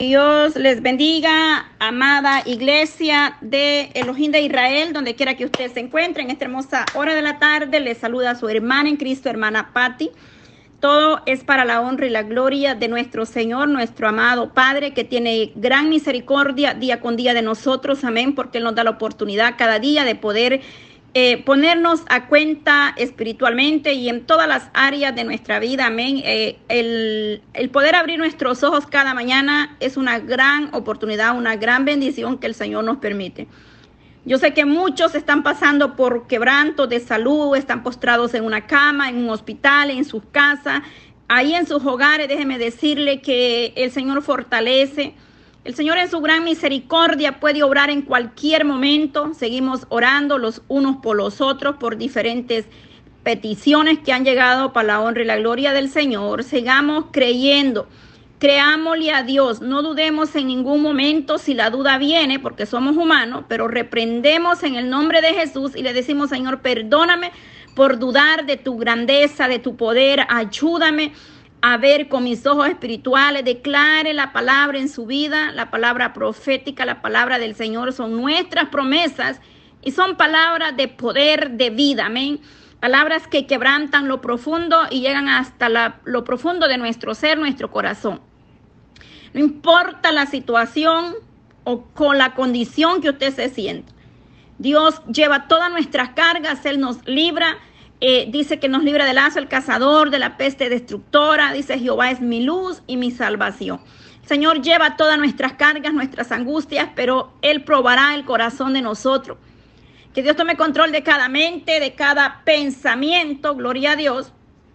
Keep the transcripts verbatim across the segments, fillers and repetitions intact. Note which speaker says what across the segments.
Speaker 1: Dios les bendiga, amada iglesia de Elohim de Israel, donde quiera que usted se encuentre. En esta hermosa hora de la tarde les saluda a su hermana en Cristo, hermana Patti. Todo es para la honra y la gloria de nuestro Señor, nuestro amado Padre, que tiene gran misericordia día con día de nosotros. Amén, porque Él nos da la oportunidad cada día de poder Eh, ponernos a cuenta espiritualmente y en todas las áreas de nuestra vida, amén. Eh, el, el poder abrir nuestros ojos cada mañana es una gran oportunidad, una gran bendición que el Señor nos permite. Yo sé que muchos están pasando por quebrantos de salud, están postrados en una cama, en un hospital, en sus casas, ahí en sus hogares. Déjeme decirle que el Señor fortalece. El Señor en su gran misericordia puede obrar en cualquier momento. Seguimos orando los unos por los otros por diferentes peticiones que han llegado para la honra y la gloria del Señor. Sigamos creyendo, creámosle a Dios, no dudemos en ningún momento si la duda viene, porque somos humanos, pero reprendemos en el nombre de Jesús y le decimos: Señor, perdóname por dudar de tu grandeza, de tu poder, ayúdame a ver con mis ojos espirituales. Declare la palabra en su vida, la palabra profética, la palabra del Señor son nuestras promesas y son palabras de poder, de vida, amén. Palabras que quebrantan lo profundo y llegan hasta la, lo profundo de nuestro ser, nuestro corazón. No importa la situación o con la condición que usted se sienta, Dios lleva todas nuestras cargas, Él nos libra. Eh, dice que nos libra del lazo el cazador, de la peste destructora. Dice: Jehová es mi luz y mi salvación. El Señor lleva todas nuestras cargas, nuestras angustias, pero Él probará el corazón de nosotros. Que Dios tome control de cada mente, de cada pensamiento, gloria a Dios,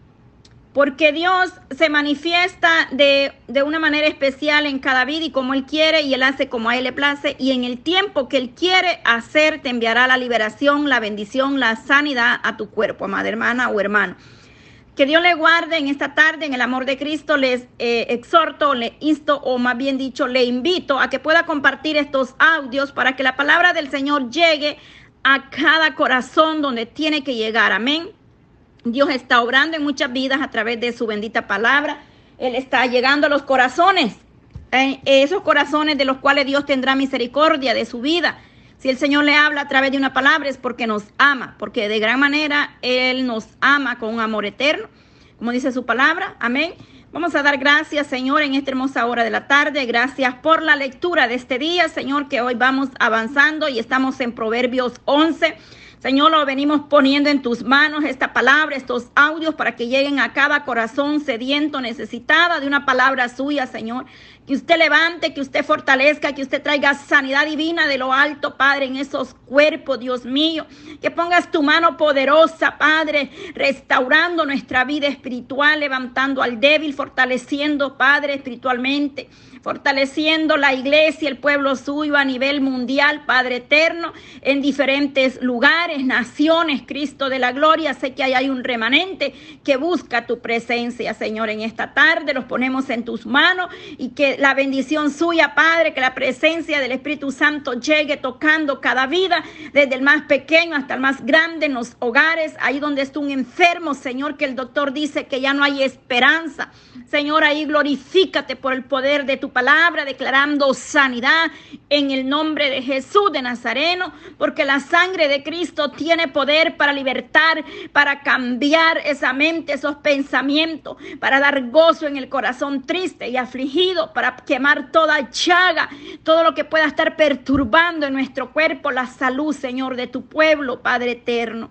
Speaker 1: porque Dios se manifiesta de, de una manera especial en cada vida y como Él quiere, y Él hace como a Él le place, y en el tiempo que Él quiere hacer te enviará la liberación, la bendición, la sanidad a tu cuerpo, amada hermana o hermano. Que Dios le guarde en esta tarde en el amor de Cristo. Les eh, exhorto, le insto, o más bien dicho, le invito a que pueda compartir estos audios para que la palabra del Señor llegue a cada corazón donde tiene que llegar, amén. Dios está obrando en muchas vidas a través de su bendita palabra. Él está llegando a los corazones, eh, esos corazones de los cuales Dios tendrá misericordia de su vida. Si el Señor le habla a través de una palabra es porque nos ama, porque de gran manera Él nos ama con un amor eterno, como dice su palabra, amén. Vamos a dar gracias, Señor, en esta hermosa hora de la tarde. Gracias por la lectura de este día, Señor, que hoy vamos avanzando y estamos en Proverbios once. Señor, lo venimos poniendo en tus manos, esta palabra, estos audios, para que lleguen a cada corazón sediento, necesitada de una palabra suya, Señor. Que usted levante, que usted fortalezca, que usted traiga sanidad divina de lo alto, Padre, en esos cuerpos, Dios mío. Que pongas tu mano poderosa, Padre, restaurando nuestra vida espiritual, levantando al débil, fortaleciendo, Padre, espiritualmente, fortaleciendo la iglesia, el pueblo suyo a nivel mundial, Padre eterno, en diferentes lugares, naciones, Cristo de la gloria. Sé que ahí hay un remanente que busca tu presencia, Señor. En esta tarde los ponemos en tus manos y que la bendición suya, Padre, que la presencia del Espíritu Santo llegue tocando cada vida, desde el más pequeño hasta el más grande, en los hogares, ahí donde está un enfermo, Señor, que el doctor dice que ya no hay esperanza. Señor, ahí glorifícate por el poder de tu palabra, declarando sanidad en el nombre de Jesús de Nazareno, porque la sangre de Cristo tiene poder para libertar, para cambiar esa mente, esos pensamientos, para dar gozo en el corazón triste y afligido, para quemar toda chaga, todo lo que pueda estar perturbando en nuestro cuerpo la salud, Señor, de tu pueblo, Padre eterno,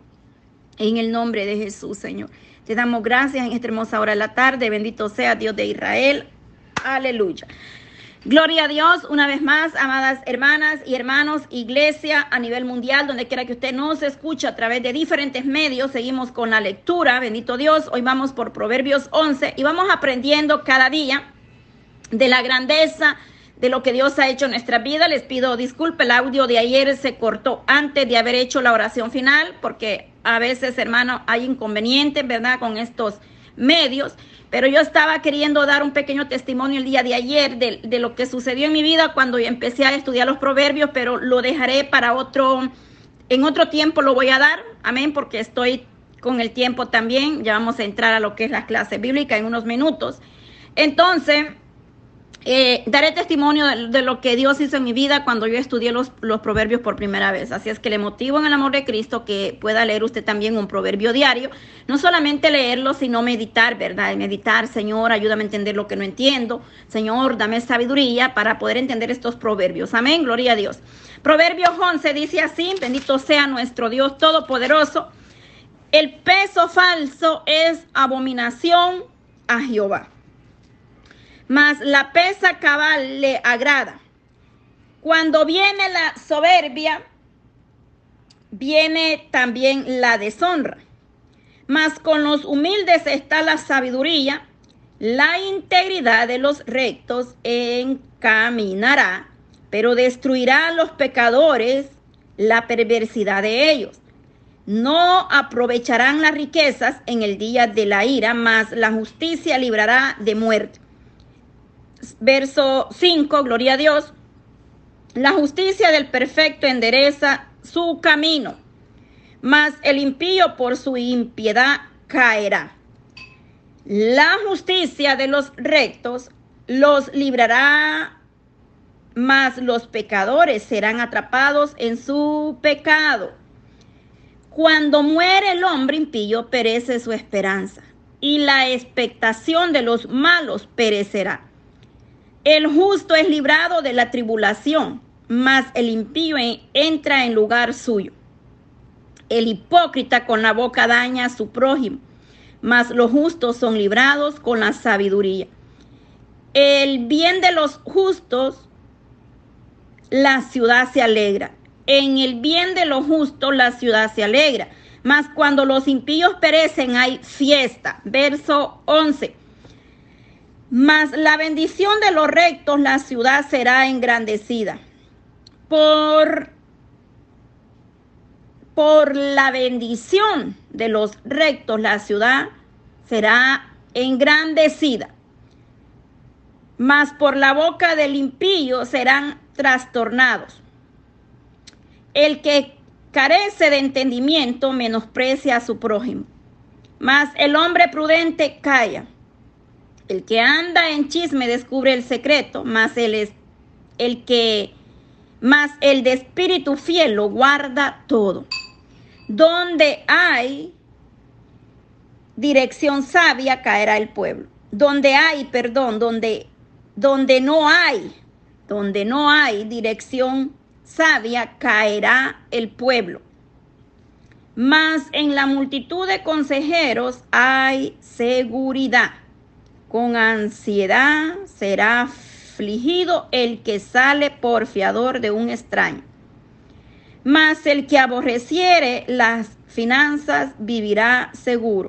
Speaker 1: en el nombre de Jesús, Señor. Te damos gracias en esta hermosa hora de la tarde. Bendito sea Dios de Israel. Aleluya. Gloria a Dios una vez más, amadas hermanas y hermanos, iglesia a nivel mundial, donde quiera que usted nos escuche a través de diferentes medios. Seguimos con la lectura, bendito Dios. Hoy vamos por Proverbios once y vamos aprendiendo cada día de la grandeza de lo que Dios ha hecho en nuestra vida. Les pido disculpe, el audio de ayer se cortó antes de haber hecho la oración final, porque a veces, hermano, hay inconvenientes, ¿verdad?, con estos medios. Pero yo estaba queriendo dar un pequeño testimonio el día de ayer de, de lo que sucedió en mi vida cuando empecé a estudiar los proverbios, pero lo dejaré para otro, en otro tiempo lo voy a dar, amén, porque estoy con el tiempo también. Ya vamos a entrar a lo que es la clase bíblica en unos minutos. Entonces, Eh, daré testimonio de, de lo que Dios hizo en mi vida cuando yo estudié los, los proverbios por primera vez. Así es que le motivo en el amor de Cristo que pueda leer usted también un proverbio diario. No solamente leerlo, sino meditar, ¿verdad? Meditar, Señor, ayúdame a entender lo que no entiendo. Señor, dame sabiduría para poder entender estos proverbios. Amén, gloria a Dios. Proverbios once dice así: bendito sea nuestro Dios Todopoderoso. El peso falso es abominación a Jehová, mas la pesa cabal le agrada. Cuando viene la soberbia, viene también la deshonra. Mas con los humildes está la sabiduría. La integridad de los rectos encaminará, pero destruirá a los pecadores la perversidad de ellos. No aprovecharán las riquezas en el día de la ira, mas la justicia librará de muerte. Verso cinco, gloria a Dios. La justicia del perfecto endereza su camino, mas el impío por su impiedad caerá. La justicia de los rectos los librará, mas los pecadores serán atrapados en su pecado. Cuando muere el hombre impío, perece su esperanza, y la expectación de los malos perecerá. El justo es librado de la tribulación, mas el impío entra en lugar suyo. El hipócrita con la boca daña a su prójimo, mas los justos son librados con la sabiduría. El bien de los justos, la ciudad se alegra. En el bien de los justos, la ciudad se alegra. Mas cuando los impíos perecen, hay fiesta. Verso once. Mas la bendición de los rectos, la ciudad será engrandecida. Por, por la bendición de los rectos, la ciudad será engrandecida. Mas por la boca del impío serán trastornados. El que carece de entendimiento menosprecia a su prójimo, mas el hombre prudente calla. El que anda en chisme descubre el secreto, mas el, es, el que, mas el de espíritu fiel lo guarda todo. Donde hay dirección sabia caerá el pueblo. Donde hay, perdón, donde, donde no hay, donde no hay dirección sabia caerá el pueblo. Mas en la multitud de consejeros hay seguridad. Con ansiedad será afligido el que sale por fiador de un extraño. Mas el que aborreciere las finanzas vivirá seguro.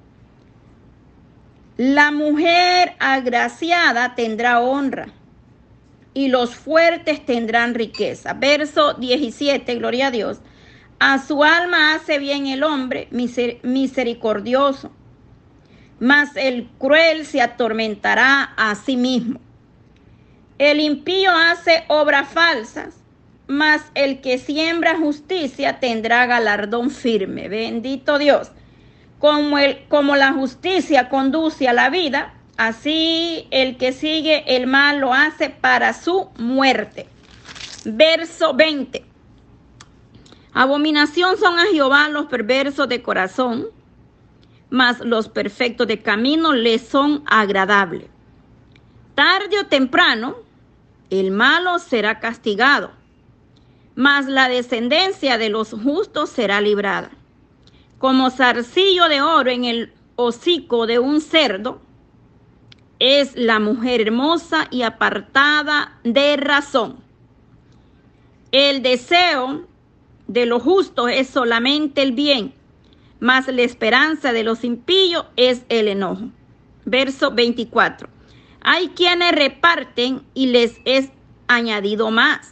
Speaker 1: La mujer agraciada tendrá honra, y los fuertes tendrán riqueza. Verso diecisiete, gloria a Dios. A su alma hace bien el hombre miser- misericordioso, mas el cruel se atormentará a sí mismo. El impío hace obras falsas, mas el que siembra justicia tendrá galardón firme. Bendito Dios. Como, el, como la justicia conduce a la vida, así el que sigue el mal lo hace para su muerte. Verso veinte. Abominación son a Jehová los perversos de corazón, mas los perfectos de camino les son agradables. Tarde o temprano, el malo será castigado, mas la descendencia de los justos será librada. Como zarcillo de oro en el hocico de un cerdo, es la mujer hermosa y apartada de razón. El deseo de los justos es solamente el bien, mas la esperanza de los impíos es el enojo. Verso veinticuatro. Hay quienes reparten y les es añadido más,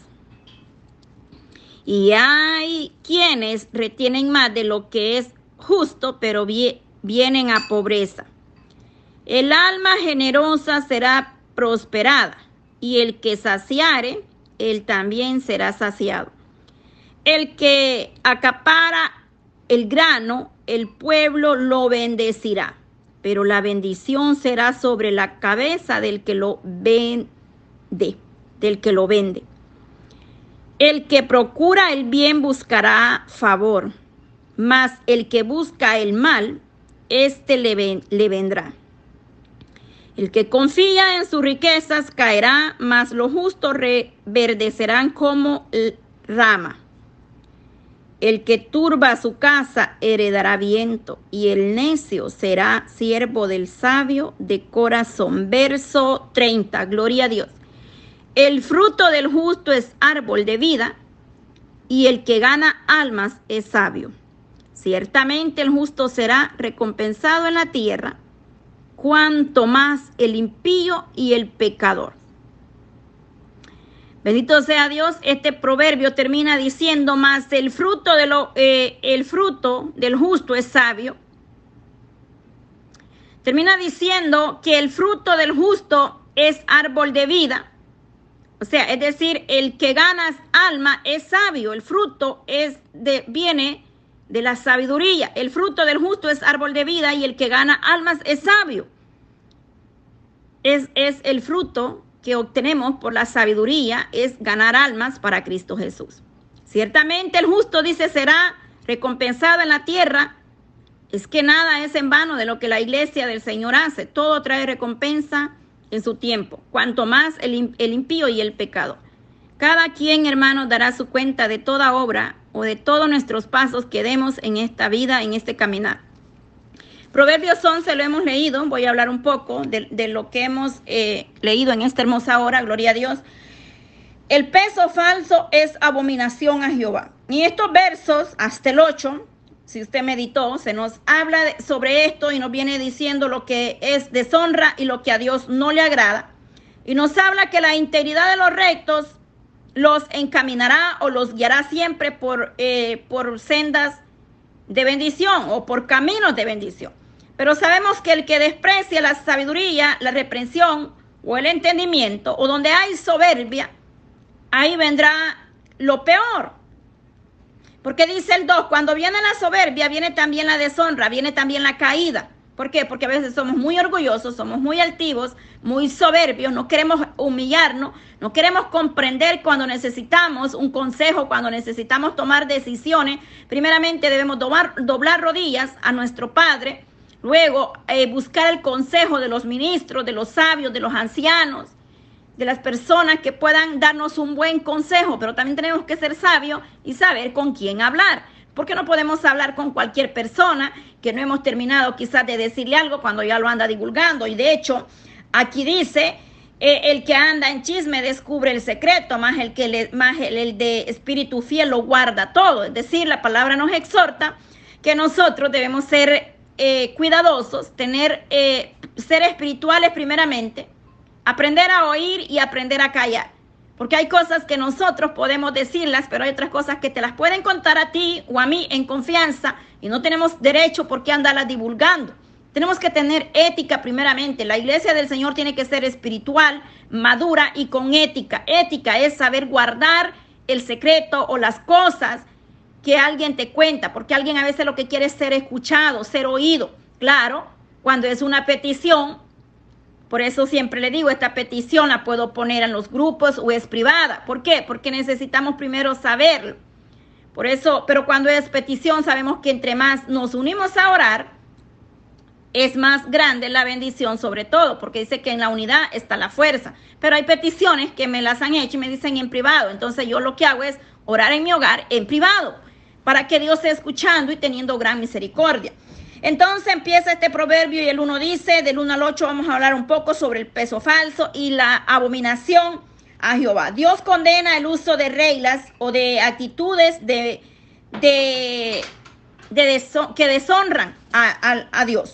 Speaker 1: y hay quienes retienen más de lo que es justo, pero vienen a pobreza. El alma generosa será prosperada, y el que saciare, él también será saciado. El que acapara el grano, el pueblo lo bendecirá, pero la bendición será sobre la cabeza del que lo vende, del que lo vende. El que procura el bien buscará favor, mas el que busca el mal, éste le, ven, le vendrá. El que confía en sus riquezas caerá, mas los justos reverdecerán como rama. El que turba su casa heredará viento, y el necio será siervo del sabio de corazón. Verso treinta, gloria a Dios. El fruto del justo es árbol de vida, y el que gana almas es sabio. Ciertamente el justo será recompensado en la tierra, cuanto más el impío y el pecador. Bendito sea Dios. Este proverbio termina diciendo: más el fruto de lo, eh, el fruto del justo es sabio. Termina diciendo que el fruto del justo es árbol de vida. O sea, es decir, el que gana alma es sabio. El fruto es de, viene de la sabiduría. El fruto del justo es árbol de vida, y el que gana almas es sabio. Es, es el fruto que obtenemos por la sabiduría, es ganar almas para Cristo Jesús. Ciertamente el justo, dice, será recompensado en la tierra. Es que nada es en vano de lo que la iglesia del Señor hace. Todo trae recompensa en su tiempo, cuanto más el, el impío y el pecador. Cada quien, hermanos, dará su cuenta de toda obra o de todos nuestros pasos que demos en esta vida, en este caminar. Proverbios once lo hemos leído. Voy a hablar un poco de, de lo que hemos eh, leído en esta hermosa hora, gloria a Dios. El peso falso es abominación a Jehová. Y estos versos, hasta el ocho, si usted meditó, se nos habla de, sobre esto, y nos viene diciendo lo que es deshonra y lo que a Dios no le agrada. Y nos habla que la integridad de los rectos los encaminará o los guiará siempre por, eh, por sendas de bendición o por caminos de bendición. Pero sabemos que el que desprecia la sabiduría, la reprensión o el entendimiento, o donde hay soberbia, ahí vendrá lo peor. Porque dice el dos, cuando viene la soberbia, viene también la deshonra, viene también la caída. ¿Por qué? Porque a veces somos muy orgullosos, somos muy altivos, muy soberbios, no queremos humillarnos, no queremos comprender cuando necesitamos un consejo, cuando necesitamos tomar decisiones. Primeramente debemos doblar, doblar rodillas a nuestro Padre, luego eh, buscar el consejo de los ministros, de los sabios, de los ancianos, de las personas que puedan darnos un buen consejo, pero también tenemos que ser sabios y saber con quién hablar. Porque no podemos hablar con cualquier persona que no hemos terminado quizás de decirle algo cuando ya lo anda divulgando. Y de hecho, aquí dice, eh, el que anda en chisme descubre el secreto, más el, que le, más el, el de espíritu fiel lo guarda todo. Es decir, la palabra nos exhorta que nosotros debemos ser eh, cuidadosos, tener, eh, ser espirituales primeramente, aprender a oír y aprender a callar. Porque hay cosas que nosotros podemos decirlas, pero hay otras cosas que te las pueden contar a ti o a mí en confianza, y no tenemos derecho por qué andarlas divulgando. Tenemos que tener ética primeramente. La iglesia del Señor tiene que ser espiritual, madura y con ética. Ética es saber guardar el secreto o las cosas que alguien te cuenta, porque alguien a veces lo que quiere es ser escuchado, ser oído. Claro, cuando es una petición. Por eso siempre le digo, esta petición la puedo poner en los grupos o es privada. ¿Por qué? Porque necesitamos primero saberlo. Por eso, pero cuando es petición, sabemos que entre más nos unimos a orar, es más grande la bendición sobre todo, porque dice que en la unidad está la fuerza. Pero hay peticiones que me las han hecho y me dicen en privado. Entonces yo lo que hago es orar en mi hogar en privado, para que Dios esté escuchando y teniendo gran misericordia. Entonces empieza este proverbio y el uno dice, del uno al ocho vamos a hablar un poco sobre el peso falso y la abominación a Jehová. Dios condena el uso de reglas o de actitudes de, de, de deso, que deshonran a, a, a Dios.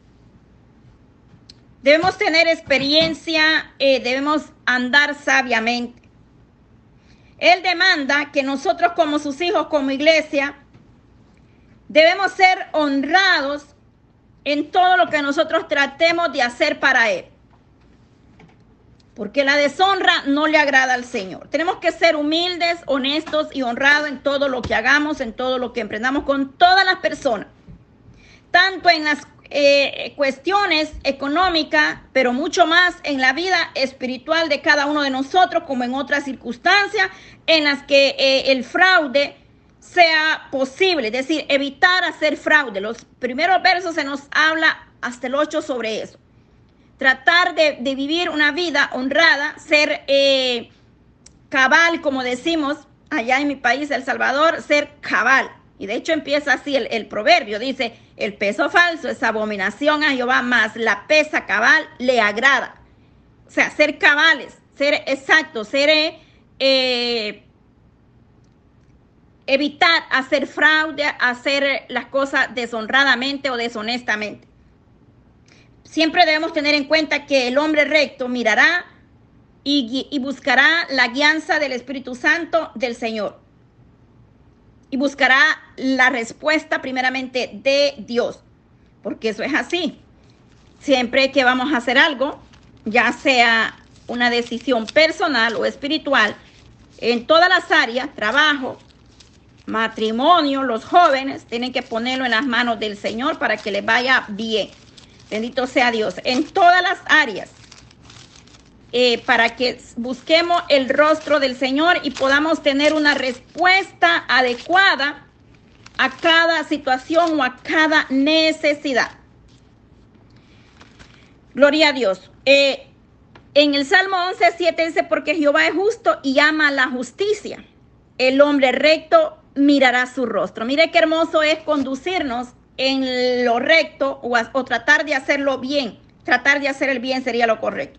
Speaker 1: Debemos tener experiencia, eh, debemos andar sabiamente. Él demanda que nosotros como sus hijos, como iglesia, debemos ser honrados en todo lo que nosotros tratemos de hacer para Él. Porque la deshonra no le agrada al Señor. Tenemos que ser humildes, honestos y honrados en todo lo que hagamos, en todo lo que emprendamos con todas las personas. Tanto en, las, eh, cuestiones económicas, pero mucho más en la vida espiritual de cada uno de nosotros, como en otras circunstancias en las que eh, el fraude sea posible, es decir, evitar hacer fraude. Los primeros versos se nos habla hasta el ocho sobre eso. Tratar de, de vivir una vida honrada, ser eh, cabal, como decimos allá en mi país, El Salvador, ser cabal. Y de hecho empieza así el, el proverbio, dice, el peso falso es abominación a Jehová, mas la pesa cabal le agrada. O sea, ser cabales, ser exactos, ser... Eh, evitar hacer fraude, hacer las cosas deshonradamente o deshonestamente. Siempre debemos tener en cuenta que el hombre recto mirará y, y buscará la guianza del Espíritu Santo del Señor. Y buscará la respuesta primeramente de Dios. Porque eso es así. Siempre que vamos a hacer algo, ya sea una decisión personal o espiritual, en todas las áreas, trabajo, matrimonio, los jóvenes tienen que ponerlo en las manos del Señor para que les vaya bien. Bendito sea Dios. En todas las áreas, eh, para que busquemos el rostro del Señor y podamos tener una respuesta adecuada a cada situación o a cada necesidad. Gloria a Dios. Eh, en el Salmo once, siete dice, porque Jehová es justo y ama la justicia. El hombre recto mirará su rostro. Mire qué hermoso es conducirnos en lo recto o, a, o tratar de hacerlo bien. Tratar de hacer el bien sería lo correcto.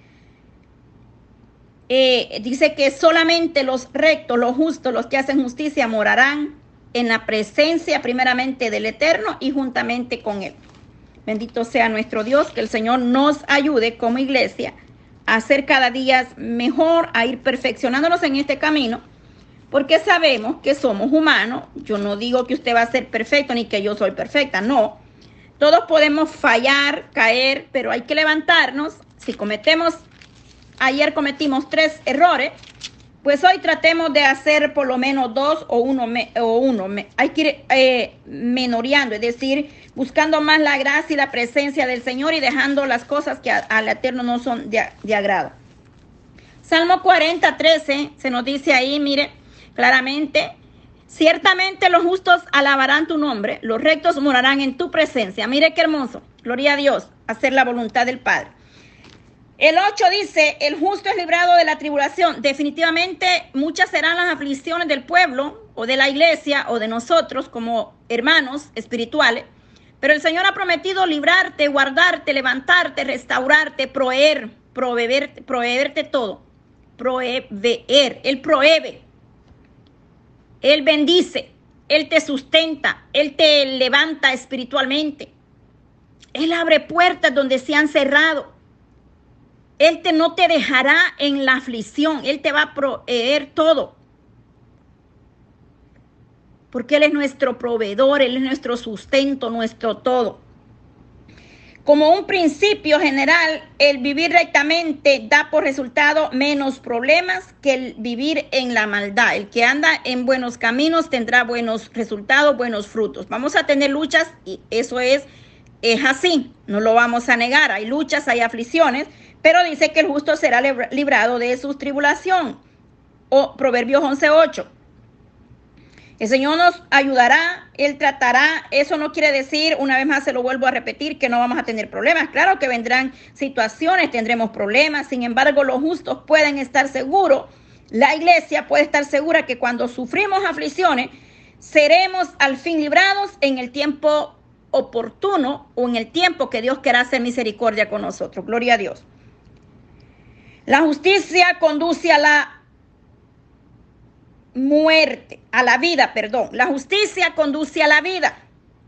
Speaker 1: Eh, dice que solamente los rectos, los justos, los que hacen justicia morarán en la presencia primeramente del Eterno y juntamente con Él. Bendito sea nuestro Dios, que el Señor nos ayude como iglesia a hacer cada día mejor, a ir perfeccionándonos en este camino. Porque sabemos que somos humanos. Yo no digo que usted va a ser perfecto ni que yo soy perfecta, no. Todos podemos fallar, caer, pero hay que levantarnos. Si cometemos, ayer cometimos tres errores, pues hoy tratemos de hacer por lo menos dos o uno. Me, o uno. Me, hay que ir eh, menoreando, es decir, buscando más la gracia y la presencia del Señor y dejando las cosas que a, al Eterno no son de, de agrado. Salmo cuarenta, trece, se nos dice ahí, mire, claramente, ciertamente los justos alabarán tu nombre, los rectos morarán en tu presencia. Mire qué hermoso, gloria a Dios, hacer la voluntad del Padre. El ocho dice, el justo es librado de la tribulación. Definitivamente muchas serán las aflicciones del pueblo o de la iglesia o de nosotros como hermanos espirituales, pero el Señor ha prometido librarte, guardarte, levantarte, restaurarte, proveer, proveer, proveerte todo, proveer, Él provee. Él bendice, Él te sustenta, Él te levanta espiritualmente. Él abre puertas donde se han cerrado. Él te, no te dejará en la aflicción. Él te va a proveer todo. Porque Él es nuestro proveedor, Él es nuestro sustento, nuestro todo. Como un principio general, el vivir rectamente da por resultado menos problemas que el vivir en la maldad. El que anda en buenos caminos tendrá buenos resultados, buenos frutos. Vamos a tener luchas y eso es, es así, no lo vamos a negar. Hay luchas, hay aflicciones, pero dice que el justo será librado de su tribulación. O Proverbios once, ocho. El Señor nos ayudará, Él tratará. Eso no quiere decir, una vez más se lo vuelvo a repetir, que no vamos a tener problemas. Claro que vendrán situaciones, tendremos problemas. Sin embargo, los justos pueden estar seguros. La iglesia puede estar segura que cuando sufrimos aflicciones, seremos al fin librados en el tiempo oportuno o en el tiempo que Dios quiera hacer misericordia con nosotros. Gloria a Dios. La justicia conduce a la muerte, a la vida, perdón. La justicia conduce a la vida.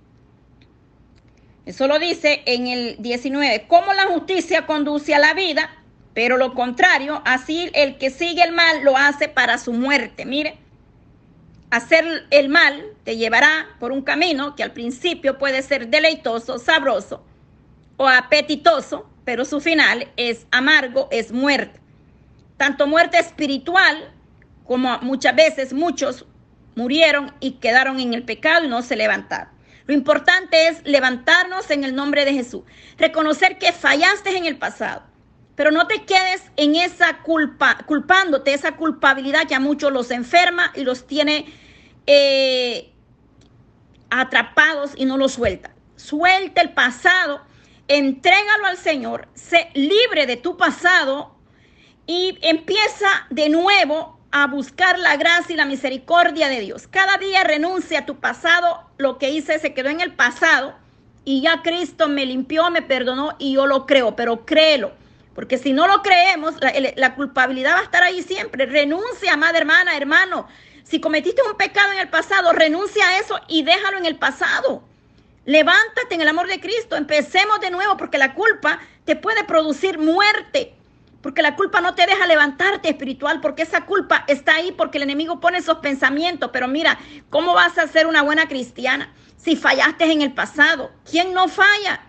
Speaker 1: Eso lo dice en el diecinueve. Como la justicia conduce a la vida, pero lo contrario, así el que sigue el mal lo hace para su muerte. Mire, hacer el mal te llevará por un camino que al principio puede ser deleitoso, sabroso o apetitoso, pero su final es amargo, es muerte. Tanto muerte espiritual, como muchas veces muchos murieron y quedaron en el pecado y no se levantaron. Lo importante es levantarnos en el nombre de Jesús. Reconocer que fallaste en el pasado. Pero no te quedes en esa culpa, culpándote, esa culpabilidad que a muchos los enferma y los tiene eh, atrapados y no los suelta. Suelta el pasado, entrégalo al Señor, sé libre de tu pasado y empieza de nuevo a buscar la gracia y la misericordia de Dios. Cada día renuncia a tu pasado, lo que hice se quedó en el pasado y ya Cristo me limpió, me perdonó y yo lo creo, pero créelo. Porque si no lo creemos, la, la culpabilidad va a estar ahí siempre. Renuncia, amada hermana, hermano. Si cometiste un pecado en el pasado, renuncia a eso y déjalo en el pasado. Levántate en el amor de Cristo. Empecemos de nuevo porque la culpa te puede producir muerte. Porque la culpa no te deja levantarte espiritual. Porque esa culpa está ahí porque el enemigo pone esos pensamientos. Pero mira, ¿cómo vas a ser una buena cristiana si fallaste en el pasado? ¿Quién no falla?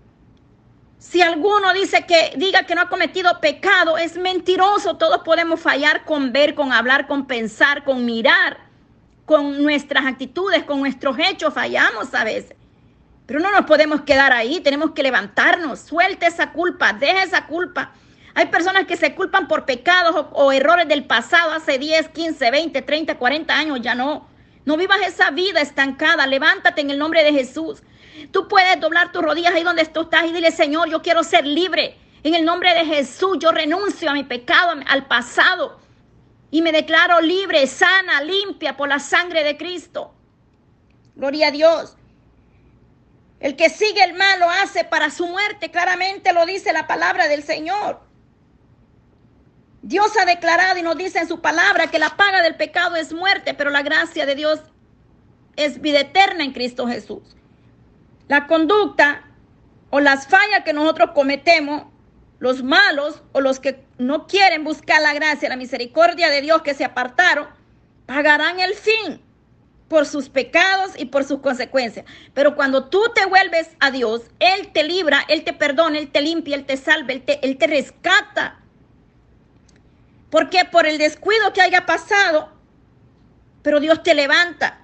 Speaker 1: Si alguno dice que diga que no ha cometido pecado, es mentiroso. Todos podemos fallar con ver, con hablar, con pensar, con mirar, con nuestras actitudes, con nuestros hechos. Fallamos a veces. Pero no nos podemos quedar ahí. Tenemos que levantarnos. Suelta esa culpa. Deja esa culpa. Hay personas que se culpan por pecados o, o errores del pasado hace diez, quince, veinte, treinta, cuarenta años. Ya no. No vivas esa vida estancada. Levántate en el nombre de Jesús. Tú puedes doblar tus rodillas ahí donde tú estás y dile, Señor, yo quiero ser libre. En el nombre de Jesús, yo renuncio a mi pecado, al pasado. Y me declaro libre, sana, limpia por la sangre de Cristo. Gloria a Dios. El que sigue el mal lo hace para su muerte. Claramente lo dice la palabra del Señor. Dios ha declarado y nos dice en su palabra que la paga del pecado es muerte, pero la gracia de Dios es vida eterna en Cristo Jesús. La conducta o las fallas que nosotros cometemos, los malos o los que no quieren buscar la gracia, la misericordia de Dios que se apartaron, pagarán el fin por sus pecados y por sus consecuencias. Pero cuando tú te vuelves a Dios, Él te libra, Él te perdona, Él te limpia, Él te salva, Él te, Él te rescata. Porque por el descuido que haya pasado, pero Dios te levanta.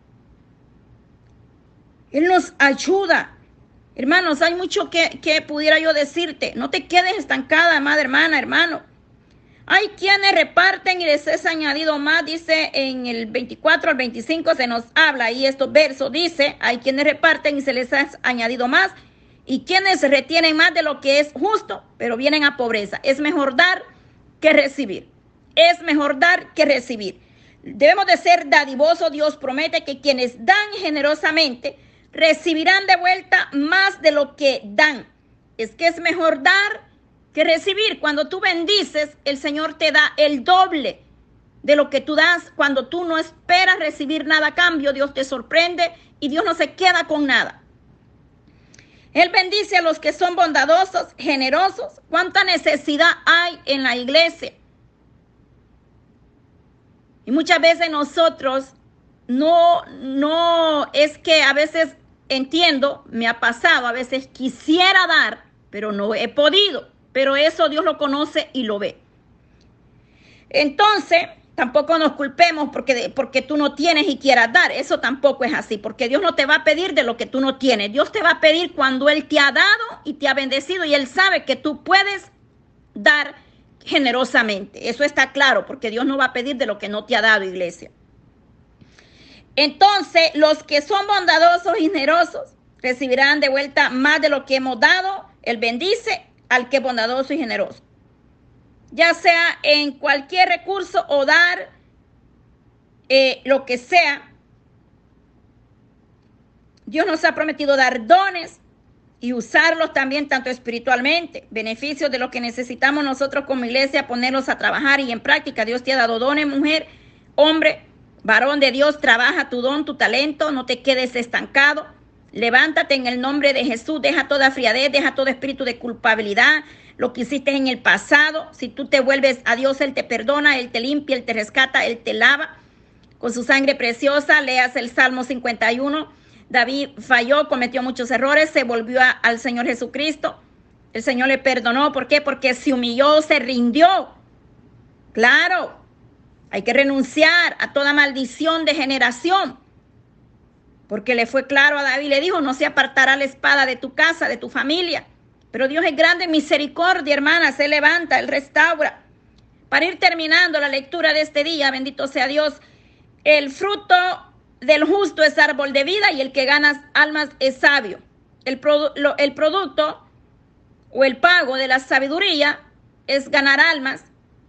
Speaker 1: Él nos ayuda. Hermanos, hay mucho que, que pudiera yo decirte. No te quedes estancada, amada hermana, hermano. Hay quienes reparten y les es añadido más, dice en el veinticuatro al veinticinco se nos habla y estos versos dice, hay quienes reparten y se les ha añadido más y quienes retienen más de lo que es justo, pero vienen a pobreza. Es mejor dar que recibir. Es mejor dar que recibir. Debemos de ser dadivosos. Dios promete que quienes dan generosamente recibirán de vuelta más de lo que dan. Es que es mejor dar que recibir. Cuando tú bendices, el Señor te da el doble de lo que tú das. Cuando tú no esperas recibir nada a cambio, Dios te sorprende y Dios no se queda con nada. Él bendice a los que son bondadosos, generosos. ¿Cuánta necesidad hay en la iglesia? Y muchas veces nosotros no, no, es que a veces entiendo, me ha pasado, a veces quisiera dar, pero no he podido. Pero eso Dios lo conoce y lo ve. Entonces, tampoco nos culpemos porque, porque tú no tienes y quieras dar. Eso tampoco es así, porque Dios no te va a pedir de lo que tú no tienes. Dios te va a pedir cuando Él te ha dado y te ha bendecido y Él sabe que tú puedes dar generosamente. Eso está claro, porque Dios no va a pedir de lo que no te ha dado, iglesia. Entonces, los que son bondadosos y generosos recibirán de vuelta más de lo que hemos dado. Él bendice al que es bondadoso y generoso. Ya sea en cualquier recurso o dar eh, lo que sea. Dios nos ha prometido dar dones y usarlos también tanto espiritualmente. Beneficios de lo que necesitamos nosotros como iglesia, ponerlos a trabajar y en práctica. Dios te ha dado dones, mujer, hombre, varón de Dios. Trabaja tu don, tu talento, no te quedes estancado. Levántate en el nombre de Jesús, deja toda frialdad, deja todo espíritu de culpabilidad, lo que hiciste en el pasado. Si tú te vuelves a Dios, Él te perdona, Él te limpia, Él te rescata, Él te lava con su sangre preciosa. Leas el Salmo cincuenta y uno. David falló, cometió muchos errores, se volvió a, al Señor Jesucristo. El Señor le perdonó. ¿Por qué? Porque se humilló, se rindió. Claro, hay que renunciar a toda maldición de generación. porque le fue claro a David, le dijo, no se apartará la espada de tu casa, de tu familia. Pero Dios es grande en misericordia, hermana, se levanta, Él restaura. Para ir terminando la lectura de este día, bendito sea Dios, el fruto del justo es árbol de vida y el que gana almas es sabio. El, produ lo, el producto o el pago de la sabiduría es ganar almas.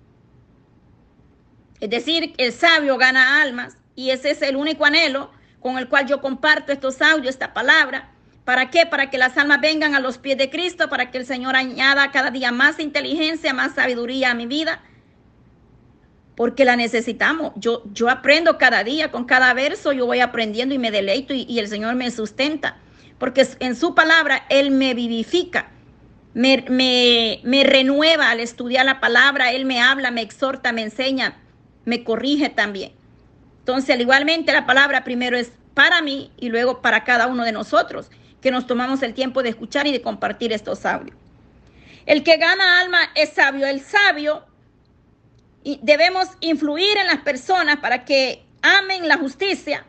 Speaker 1: Es decir, el sabio gana almas y ese es el único anhelo con el cual yo comparto estos audios, esta palabra. ¿Para qué? Para que las almas vengan a los pies de Cristo, para que el Señor añada cada día más inteligencia, más sabiduría a mi vida, porque la necesitamos. Yo, yo aprendo cada día, con cada verso yo voy aprendiendo y me deleito y, y el Señor me sustenta, porque en su palabra Él me vivifica, me, me, me renueva al estudiar la palabra, Él me habla, me exhorta, me enseña, me corrige también. Entonces, igualmente la palabra primero es para mí y luego para cada uno de nosotros, que nos tomamos el tiempo de escuchar y de compartir estos audios. El que gana alma es sabio. El sabio, y debemos influir en las personas para que amen la justicia,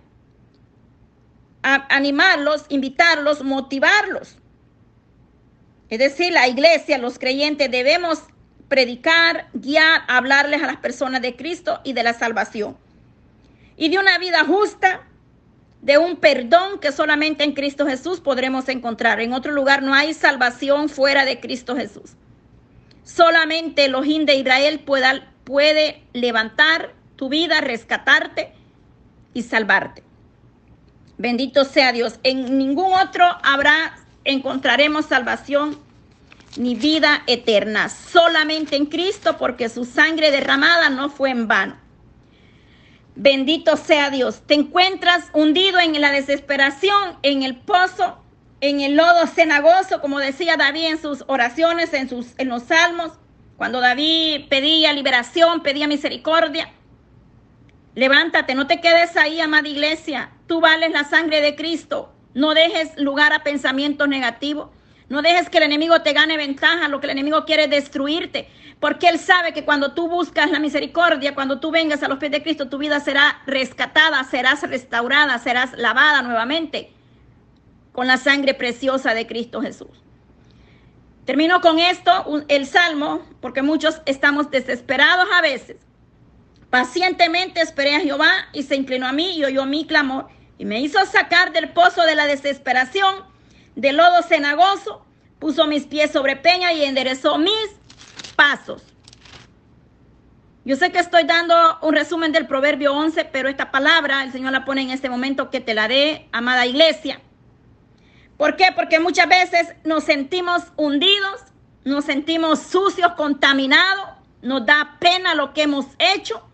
Speaker 1: a animarlos, invitarlos, motivarlos. Es decir, la iglesia, los creyentes, debemos predicar, guiar, hablarles a las personas de Cristo y de la salvación. Y de una vida justa, de un perdón que solamente en Cristo Jesús podremos encontrar. En otro lugar no hay salvación fuera de Cristo Jesús. Solamente el Elohim de Israel puede, puede levantar tu vida, rescatarte y salvarte. Bendito sea Dios. En ningún otro habrá, encontraremos salvación ni vida eterna. Solamente en Cristo, porque su sangre derramada no fue en vano. Bendito sea Dios. Te encuentras hundido en la desesperación, en el pozo, en el lodo cenagoso, como decía David en sus oraciones, en, sus, en los salmos, cuando David pedía liberación, pedía misericordia. Levántate, no te quedes ahí, amada iglesia. Tú vales la sangre de Cristo. No dejes lugar a pensamientos negativos. No dejes que el enemigo te gane ventaja. Lo que el enemigo quiere es destruirte. Porque Él sabe que cuando tú buscas la misericordia, cuando tú vengas a los pies de Cristo, tu vida será rescatada, serás restaurada, serás lavada nuevamente con la sangre preciosa de Cristo Jesús. Termino con esto, el Salmo, porque muchos estamos desesperados a veces. Pacientemente esperé a Jehová y se inclinó a mí y oyó mi clamor y me hizo sacar del pozo de la desesperación, del lodo cenagoso, puso mis pies sobre peña y enderezó mis pasos. Yo sé que estoy dando un resumen del Proverbio once, pero esta palabra el Señor la pone en este momento que te la dé, amada iglesia. ¿Por qué? Porque muchas veces nos sentimos hundidos, nos sentimos sucios, contaminados, nos da pena lo que hemos hecho.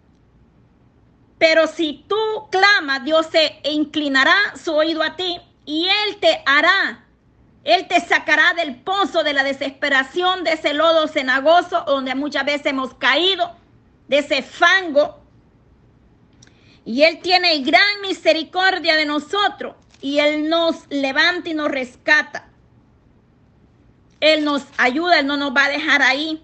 Speaker 1: Pero si tú clamas, Dios se inclinará su oído a ti y Él te hará, Él te sacará del pozo de la desesperación, de ese lodo cenagoso donde muchas veces hemos caído, de ese fango. Y Él tiene gran misericordia de nosotros y Él nos levanta y nos rescata. Él nos ayuda, Él no nos va a dejar ahí.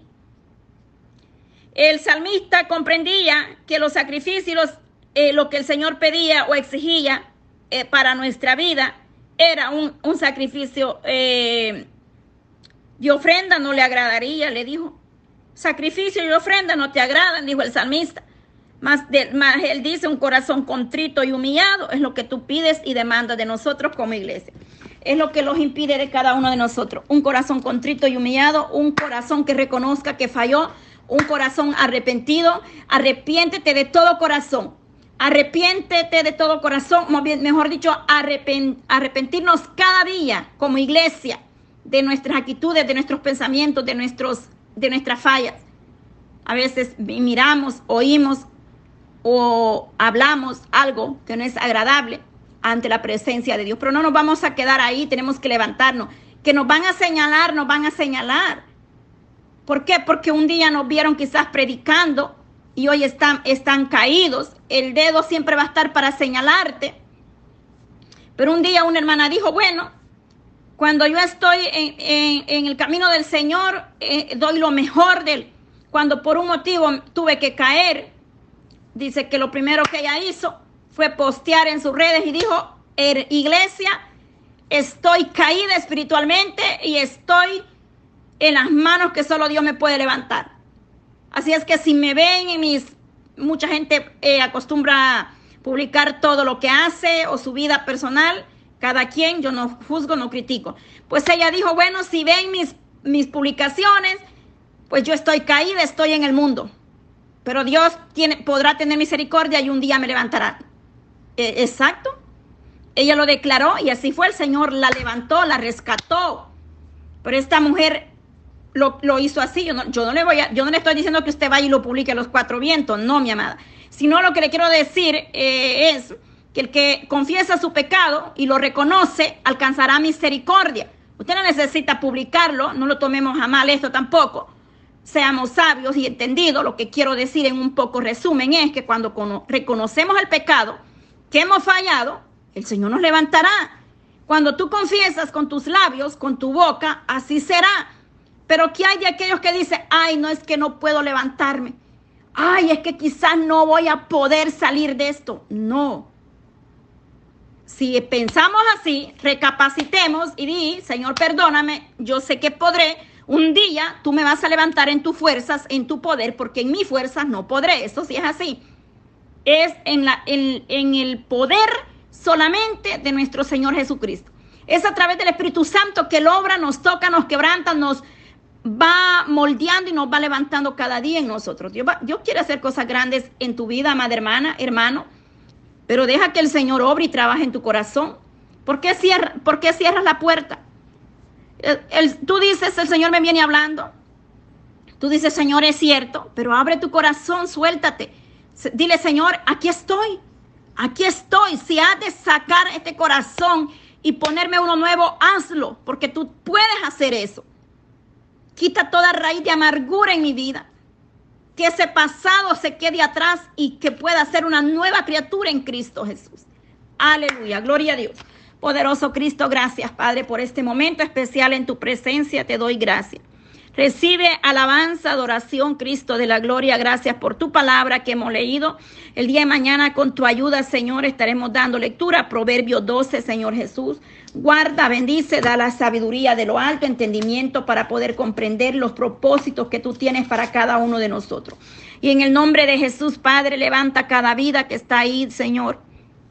Speaker 1: El salmista comprendía que los sacrificios, eh, lo que el Señor pedía o exigía eh, para nuestra vida, era un, un sacrificio eh, de ofrenda, no le agradaría, le dijo. Sacrificio y ofrenda no te agradan, dijo el salmista. Más, de, más él dice, un corazón contrito y humillado es lo que tú pides y demandas de nosotros como iglesia. Es lo que los impide de cada uno de nosotros. Un corazón contrito y humillado, un corazón que reconozca que falló, un corazón arrepentido. Arrepiéntete de todo corazón. Arrepiéntete de todo corazón, mejor dicho, arrepent, arrepentirnos cada día como iglesia de nuestras actitudes, de nuestros pensamientos, de, nuestros, de nuestras fallas. A veces miramos, oímos o hablamos algo que no es agradable ante la presencia de Dios, pero no nos vamos a quedar ahí, tenemos que levantarnos. Que nos van a señalar, nos van a señalar. ¿Por qué? Porque un día nos vieron quizás predicando y hoy están, están caídos. El dedo siempre va a estar para señalarte. Pero un día una hermana dijo, bueno, cuando yo estoy en, en, en el camino del Señor, eh, doy lo mejor de él. Cuando por un motivo tuve que caer, dice que lo primero que ella hizo fue postear en sus redes y dijo, Er, iglesia, estoy caída espiritualmente y estoy en las manos que solo Dios me puede levantar. Así es que si me ven en mis... Mucha gente eh, acostumbra a publicar todo lo que hace o su vida personal. Cada quien, yo no juzgo, no critico. Pues ella dijo, bueno, si ven mis, mis publicaciones, pues yo estoy caída, estoy en el mundo. Pero Dios tiene, podrá tener misericordia y un día me levantará. Eh, exacto. Ella lo declaró y así fue. El Señor la levantó, la rescató. Pero esta mujer lo, lo hizo así. Yo no, yo, no le voy a, yo no le estoy diciendo que usted vaya y lo publique a los cuatro vientos. No, mi amada. Sino lo que le quiero decir eh, es que el que confiesa su pecado y lo reconoce, alcanzará misericordia. Usted no necesita publicarlo. No lo tomemos a mal esto tampoco. Seamos sabios y entendidos. Lo que quiero decir en un poco resumen es que cuando reconocemos el pecado que hemos fallado, el Señor nos levantará. Cuando tú confiesas con tus labios, con tu boca, así será. Pero ¿qué hay de aquellos que dicen, ay, no, es que no puedo levantarme? Ay, es que quizás no voy a poder salir de esto. No. Si pensamos así, recapacitemos y di, Señor, perdóname, yo sé que podré. Un día tú me vas a levantar en tus fuerzas, en tu poder, porque en mis fuerzas no podré. Eso sí es así. Es en, la, en, en el poder solamente de nuestro Señor Jesucristo. Es a través del Espíritu Santo que Él obra, nos toca, nos quebranta, nos va moldeando y nos va levantando cada día en nosotros. Dios, va, Dios quiere hacer cosas grandes en tu vida, amada hermana, hermano, pero deja que el Señor obre y trabaje en tu corazón. ¿Por qué, cierra, por qué cierras la puerta? El, el, tú dices, el Señor me viene hablando. Tú dices, Señor, es cierto, pero abre tu corazón, suéltate. Dile, Señor, aquí estoy. Aquí estoy. Si has de sacar este corazón y ponerme uno nuevo, hazlo, porque tú puedes hacer eso. Quita toda raíz de amargura en mi vida. Que ese pasado se quede atrás y que pueda ser una nueva criatura en Cristo Jesús. Aleluya, gloria a Dios. Poderoso Cristo, gracias, Padre, por este momento especial en tu presencia. Te doy gracias. Recibe alabanza, adoración, Cristo de la gloria. Gracias por tu palabra que hemos leído. El día de mañana, con tu ayuda, Señor, estaremos dando lectura. Proverbios doce, Señor Jesús. Guarda, bendice, da la sabiduría de lo alto, entendimiento para poder comprender los propósitos que tú tienes para cada uno de nosotros. Y en el nombre de Jesús, Padre, levanta cada vida que está ahí, Señor.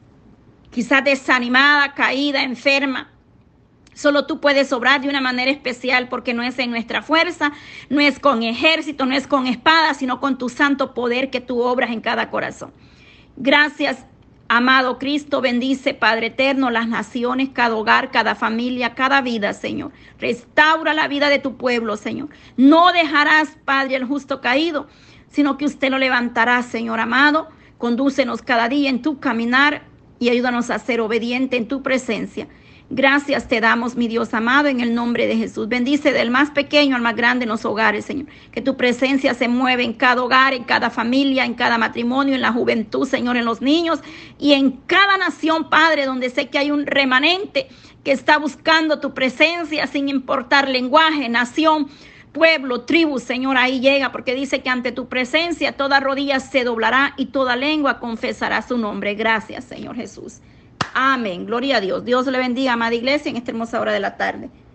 Speaker 1: Quizás desanimada, caída, enferma. Solo tú puedes obrar de una manera especial porque no es en nuestra fuerza, no es con ejército, no es con espada, sino con tu santo poder que tú obras en cada corazón. Gracias, amado Cristo. Bendice, Padre eterno, las naciones, cada hogar, cada familia, cada vida, Señor. Restaura la vida de tu pueblo, Señor. No dejarás, Padre, el justo caído, sino que usted lo levantará, Señor amado. Condúcenos cada día en tu caminar y ayúdanos a ser obedientes en tu presencia. Gracias te damos, mi Dios amado, en el nombre de Jesús. Bendice del más pequeño al más grande en los hogares, Señor. Que tu presencia se mueva en cada hogar, en cada familia, en cada matrimonio, en la juventud, Señor, en los niños y en cada nación, Padre, donde sé que hay un remanente que está buscando tu presencia sin importar lenguaje, nación, pueblo, tribu, Señor, ahí llega, porque dice que ante tu presencia toda rodilla se doblará y toda lengua confesará su nombre. Gracias, Señor Jesús. Amén. Gloria a Dios. Dios le bendiga, amada iglesia, en esta hermosa hora de la tarde.